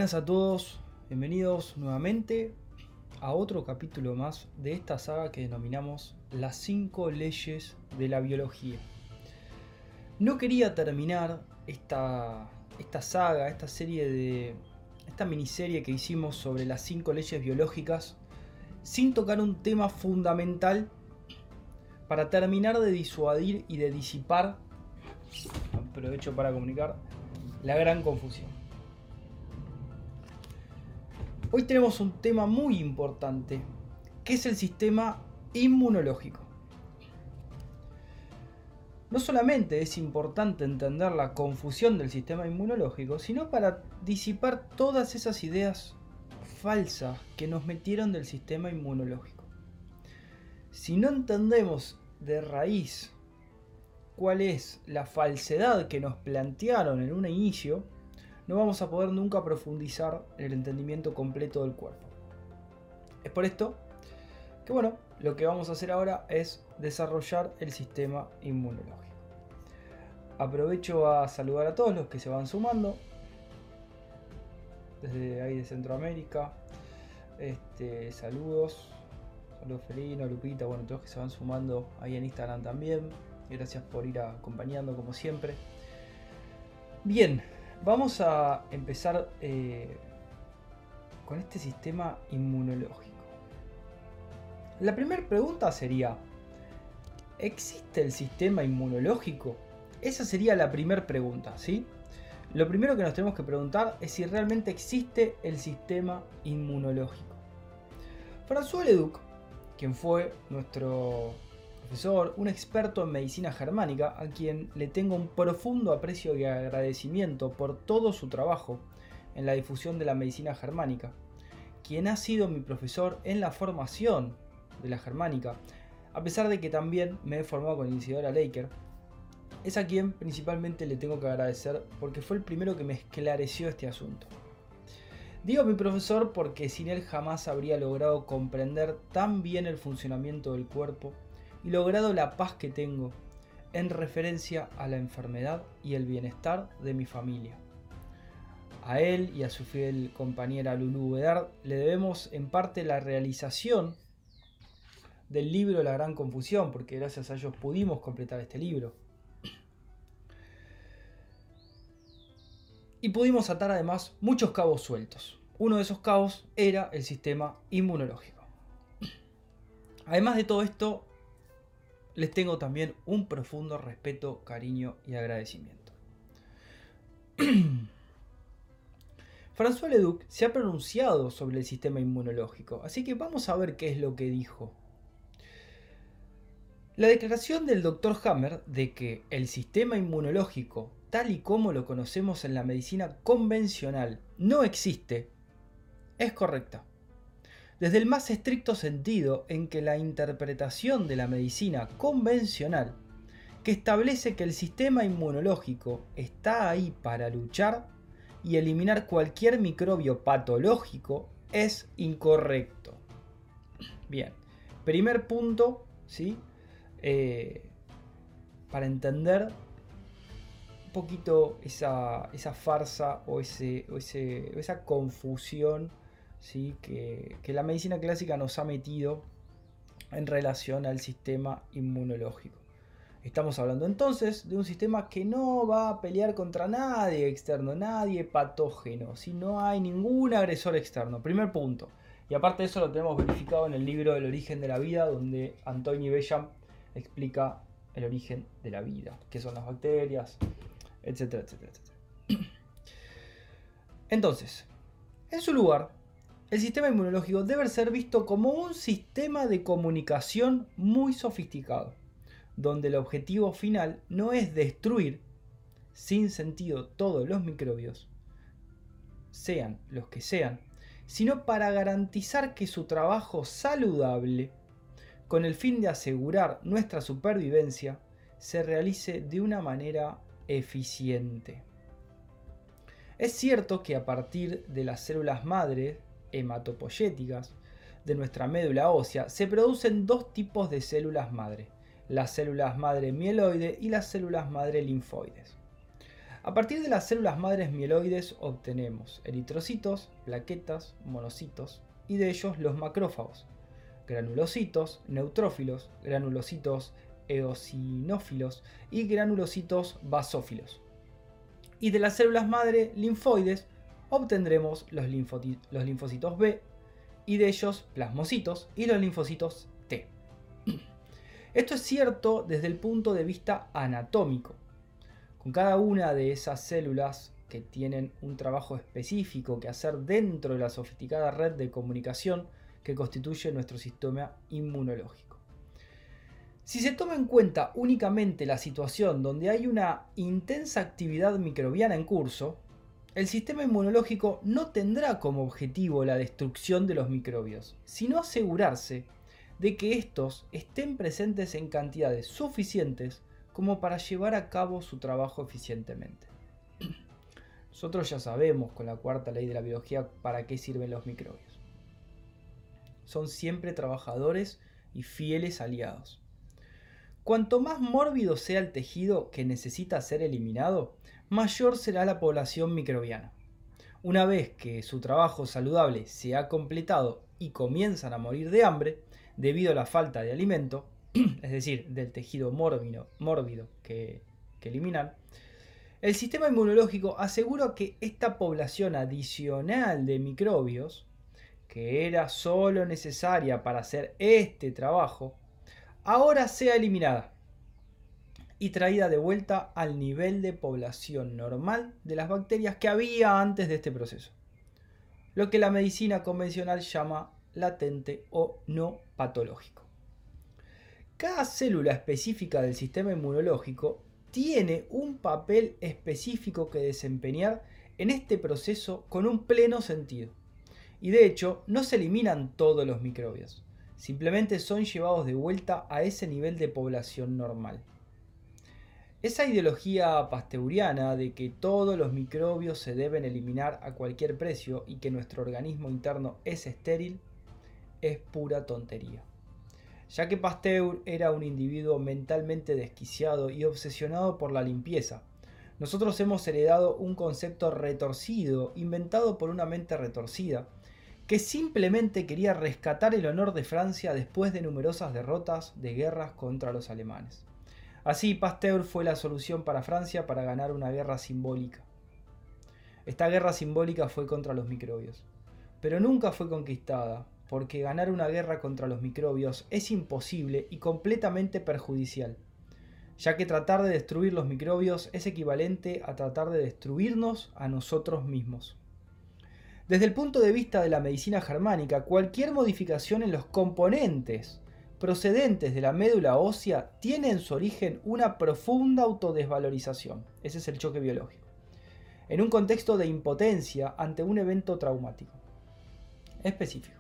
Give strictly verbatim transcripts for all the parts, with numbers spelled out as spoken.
Buenas a todos, bienvenidos nuevamente a otro capítulo más de esta saga que denominamos Las cinco leyes de la biología. No quería terminar esta, esta saga, esta serie de... esta miniserie que hicimos sobre las cinco leyes biológicas sin tocar un tema fundamental para terminar de disuadir y de disipar, aprovecho para comunicar, la gran confusión. Hoy tenemos un tema muy importante, que es el sistema inmunológico. No solamente es importante entender la confusión del sistema inmunológico, sino para disipar todas esas ideas falsas que nos metieron del sistema inmunológico. Si no entendemos de raíz cuál es la falsedad que nos plantearon en un inicio, no vamos a poder nunca profundizar en el entendimiento completo del cuerpo. Es por esto que, bueno, lo que vamos a hacer ahora es desarrollar el sistema inmunológico. Aprovecho a saludar a todos los que se van sumando desde ahí de Centroamérica. Este, saludos, saludos Felino, Lupita, bueno, todos que se van sumando ahí en Instagram también. Gracias por ir acompañando como siempre. Bien. Vamos a empezar eh, con este sistema inmunológico. La primera pregunta sería, ¿existe el sistema inmunológico? Esa sería la primera pregunta, ¿sí? Lo primero que nos tenemos que preguntar es si realmente existe el sistema inmunológico. François Leduc, quien fue nuestro profesor, un experto en medicina germánica, a quien le tengo un profundo aprecio y agradecimiento por todo su trabajo en la difusión de la medicina germánica, quien ha sido mi profesor en la formación de la germánica, a pesar de que también me he formado con Isidora Leiker, es a quien principalmente le tengo que agradecer porque fue el primero que me esclareció este asunto. Digo mi profesor porque sin él jamás habría logrado comprender tan bien el funcionamiento del cuerpo y logrado la paz que tengo en referencia a la enfermedad y el bienestar de mi familia. A él y a su fiel compañera Lulú Bedard le debemos en parte la realización del libro La Gran Confusión, porque gracias a ellos pudimos completar este libro. Y pudimos atar además muchos cabos sueltos. Uno de esos cabos era el sistema inmunológico. Además de todo esto, les tengo también un profundo respeto, cariño y agradecimiento. François Leduc se ha pronunciado sobre el sistema inmunológico, así que vamos a ver qué es lo que dijo. La declaración del doctor Hammer de que el sistema inmunológico, tal y como lo conocemos en la medicina convencional, no existe, es correcta. Desde el más estricto sentido en que la interpretación de la medicina convencional, que establece que el sistema inmunológico está ahí para luchar y eliminar cualquier microbio patológico, es incorrecto. Bien, primer punto, ¿sí? Eh, para entender un poquito esa, esa farsa o, ese, o, ese, o esa confusión, ¿sí? que, que la medicina clásica nos ha metido en relación al sistema inmunológico. Estamos hablando entonces de un sistema que no va a pelear contra nadie externo, nadie patógeno, si no hay ningún agresor externo. Primer punto. Y aparte de eso lo tenemos verificado en el libro El origen de la vida, donde Antoni Bellam explica el origen de la vida, qué son las bacterias, etcétera, etcétera, etcétera. Entonces, en su lugar, el sistema inmunológico debe ser visto como un sistema de comunicación muy sofisticado, donde el objetivo final no es destruir sin sentido todos los microbios, sean los que sean, sino para garantizar que su trabajo saludable, con el fin de asegurar nuestra supervivencia, se realice de una manera eficiente. Es cierto que a partir de las células madre hematopoyéticas de nuestra médula ósea se producen dos tipos de células madre, las células madre mieloide y las células madre linfoides. A partir de las células madres mieloides obtenemos eritrocitos, plaquetas, monocitos y de ellos los macrófagos, granulocitos, neutrófilos, granulocitos eosinófilos y granulocitos basófilos. Y de las células madre linfoides obtendremos los, los linfocitos B y de ellos plasmocitos y los linfocitos T. Esto es cierto desde el punto de vista anatómico. Con cada una de esas células que tienen un trabajo específico que hacer dentro de la sofisticada red de comunicación que constituye nuestro sistema inmunológico. Si se toma en cuenta únicamente la situación donde hay una intensa actividad microbiana en curso, el sistema inmunológico no tendrá como objetivo la destrucción de los microbios, sino asegurarse de que estos estén presentes en cantidades suficientes como para llevar a cabo su trabajo eficientemente. Nosotros ya sabemos con la cuarta ley de la biología para qué sirven los microbios. Son siempre trabajadores y fieles aliados. Cuanto más mórbido sea el tejido que necesita ser eliminado, mayor será la población microbiana. Una vez que su trabajo saludable se ha completado y comienzan a morir de hambre debido a la falta de alimento, es decir, del tejido mórbido, mórbido que, que eliminan, el sistema inmunológico asegura que esta población adicional de microbios, que era solo necesaria para hacer este trabajo, ahora sea eliminada y traída de vuelta al nivel de población normal de las bacterias que había antes de este proceso, lo que la medicina convencional llama latente o no patológico. Cada célula específica del sistema inmunológico tiene un papel específico que desempeñar en este proceso con un pleno sentido, y de hecho no se eliminan todos los microbios. Simplemente son llevados de vuelta a ese nivel de población normal. Esa ideología pasteuriana de que todos los microbios se deben eliminar a cualquier precio y que nuestro organismo interno es estéril es pura tontería. Ya que Pasteur era un individuo mentalmente desquiciado y obsesionado por la limpieza, nosotros hemos heredado un concepto retorcido inventado por una mente retorcida que simplemente quería rescatar el honor de Francia después de numerosas derrotas de guerras contra los alemanes. Así, Pasteur fue la solución para Francia para ganar una guerra simbólica. Esta guerra simbólica fue contra los microbios, pero nunca fue conquistada, porque ganar una guerra contra los microbios es imposible y completamente perjudicial, ya que tratar de destruir los microbios es equivalente a tratar de destruirnos a nosotros mismos. Desde el punto de vista de la medicina germánica, cualquier modificación en los componentes procedentes de la médula ósea tiene en su origen una profunda autodesvalorización. Ese es el choque biológico, en un contexto de impotencia ante un evento traumático específico.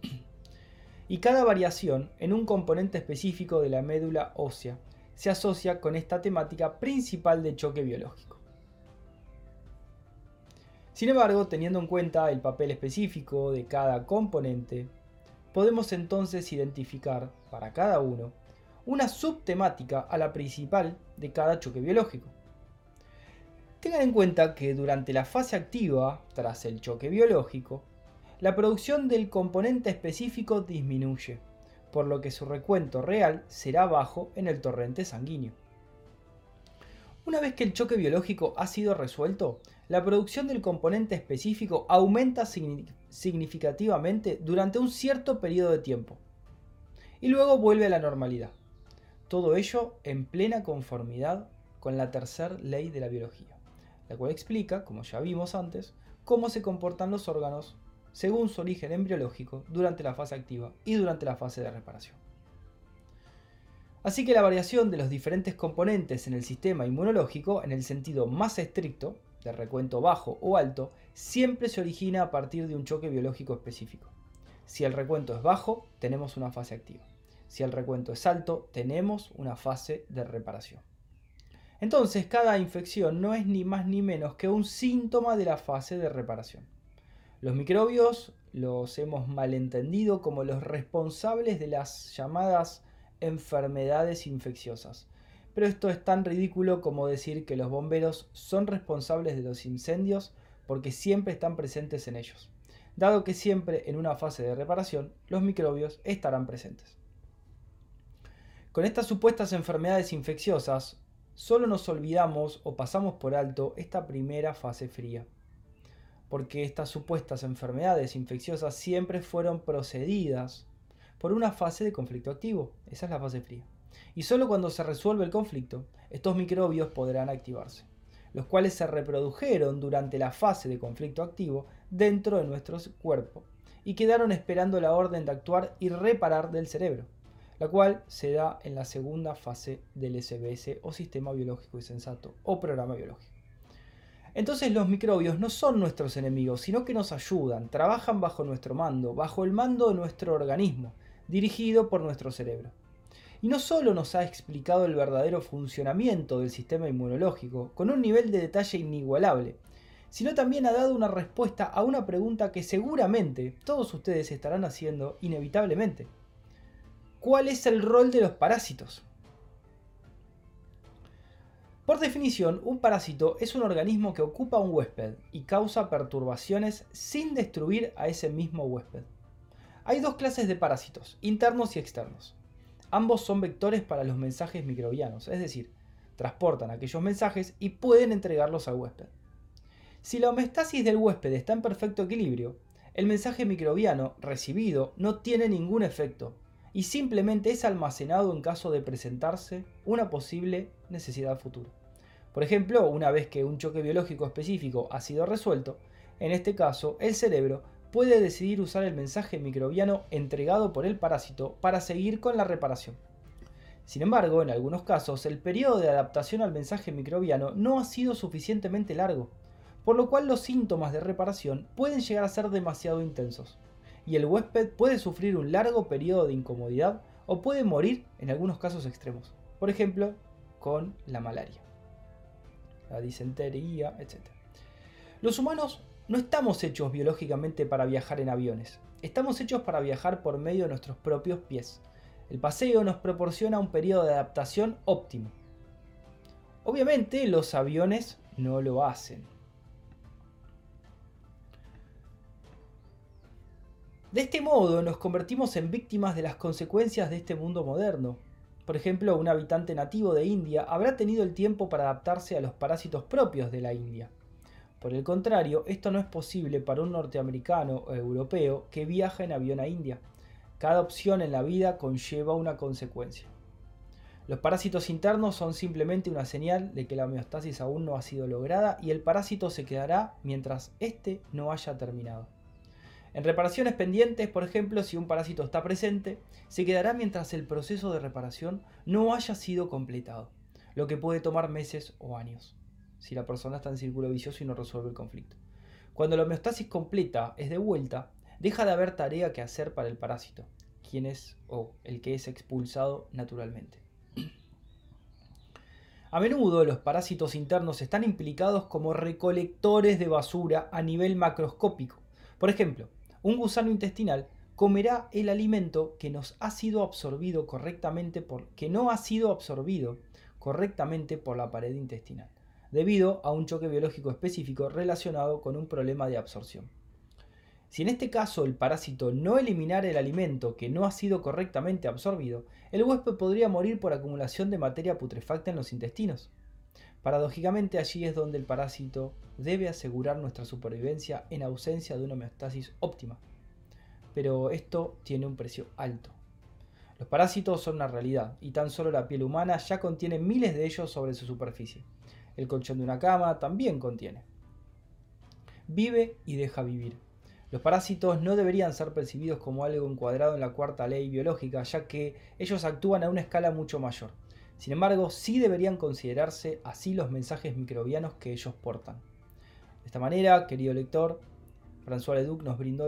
Y cada variación en un componente específico de la médula ósea se asocia con esta temática principal de choque biológico. Sin embargo, teniendo en cuenta el papel específico de cada componente, podemos entonces identificar para cada uno una subtemática a la principal de cada choque biológico. Tengan en cuenta que durante la fase activa, tras el choque biológico, la producción del componente específico disminuye, por lo que su recuento real será bajo en el torrente sanguíneo. Una vez que el choque biológico ha sido resuelto, la producción del componente específico aumenta significativamente durante un cierto periodo de tiempo y luego vuelve a la normalidad. Todo ello en plena conformidad con la tercera ley de la biología, la cual explica, como ya vimos antes, cómo se comportan los órganos según su origen embriológico durante la fase activa y durante la fase de reparación. Así que la variación de los diferentes componentes en el sistema inmunológico, en el sentido más estricto, de recuento bajo o alto, siempre se origina a partir de un choque biológico específico. Si el recuento es bajo, tenemos una fase activa. Si el recuento es alto, tenemos una fase de reparación. Entonces, cada infección no es ni más ni menos que un síntoma de la fase de reparación. Los microbios los hemos malentendido como los responsables de las llamadas enfermedades infecciosas, pero esto es tan ridículo como decir que los bomberos son responsables de los incendios porque siempre están presentes en ellos, dado que siempre en una fase de reparación los microbios estarán presentes. Con estas supuestas enfermedades infecciosas, solo nos olvidamos o pasamos por alto esta primera fase fría, porque estas supuestas enfermedades infecciosas siempre fueron precedidas por una fase de conflicto activo. Esa es la fase fría. Y solo cuando se resuelve el conflicto, estos microbios podrán activarse, los cuales se reprodujeron durante la fase de conflicto activo dentro de nuestro cuerpo y quedaron esperando la orden de actuar y reparar del cerebro, la cual se da en la segunda fase del S B S o sistema biológico y sensato o programa biológico. Entonces los microbios no son nuestros enemigos, sino que nos ayudan, trabajan bajo nuestro mando, bajo el mando de nuestro organismo, dirigido por nuestro cerebro. Y no solo nos ha explicado el verdadero funcionamiento del sistema inmunológico con un nivel de detalle inigualable, sino también ha dado una respuesta a una pregunta que seguramente todos ustedes estarán haciendo inevitablemente. ¿Cuál es el rol de los parásitos? Por definición, un parásito es un organismo que ocupa un huésped y causa perturbaciones sin destruir a ese mismo huésped. Hay dos clases de parásitos, internos y externos. Ambos son vectores para los mensajes microbianos, es decir, transportan aquellos mensajes y pueden entregarlos al huésped. Si la homeostasis del huésped está en perfecto equilibrio, el mensaje microbiano recibido no tiene ningún efecto y simplemente es almacenado en caso de presentarse una posible necesidad futura. Por ejemplo, una vez que un choque biológico específico ha sido resuelto, en este caso el cerebro puede decidir usar el mensaje microbiano entregado por el parásito para seguir con la reparación. Sin embargo, en algunos casos, el periodo de adaptación al mensaje microbiano no ha sido suficientemente largo, por lo cual los síntomas de reparación pueden llegar a ser demasiado intensos, y el huésped puede sufrir un largo periodo de incomodidad o puede morir en algunos casos extremos, por ejemplo, con la malaria, la disentería, etcétera. Los humanos no estamos hechos biológicamente para viajar en aviones, estamos hechos para viajar por medio de nuestros propios pies. El paseo nos proporciona un periodo de adaptación óptimo. Obviamente los aviones no lo hacen. De este modo nos convertimos en víctimas de las consecuencias de este mundo moderno. Por ejemplo, un habitante nativo de India habrá tenido el tiempo para adaptarse a los parásitos propios de la India. Por el contrario, esto no es posible para un norteamericano o europeo que viaja en avión a India. Cada opción en la vida conlleva una consecuencia. Los parásitos internos son simplemente una señal de que la homeostasis aún no ha sido lograda y el parásito se quedará mientras éste no haya terminado. En reparaciones pendientes, por ejemplo, si un parásito está presente, se quedará mientras el proceso de reparación no haya sido completado, lo que puede tomar meses o años, si la persona está en círculo vicioso y no resuelve el conflicto. Cuando la homeostasis completa es de vuelta, deja de haber tarea que hacer para el parásito, quien es o el que es expulsado naturalmente. A menudo los parásitos internos están implicados como recolectores de basura a nivel macroscópico. Por ejemplo, un gusano intestinal comerá el alimento que nos ha sido absorbido correctamente por, que no ha sido absorbido correctamente por la pared intestinal, debido a un choque biológico específico relacionado con un problema de absorción. Si en este caso el parásito no eliminara el alimento que no ha sido correctamente absorbido, el huésped podría morir por acumulación de materia putrefacta en los intestinos. Paradójicamente, allí es donde el parásito debe asegurar nuestra supervivencia en ausencia de una homeostasis óptima. Pero esto tiene un precio alto. Los parásitos son una realidad, y tan solo la piel humana ya contiene miles de ellos sobre su superficie. El colchón de una cama también contiene. Vive y deja vivir. Los parásitos no deberían ser percibidos como algo encuadrado en la cuarta ley biológica, ya que ellos actúan a una escala mucho mayor. Sin embargo, sí deberían considerarse así los mensajes microbianos que ellos portan. De esta manera, querido lector, François Leduc nos brindó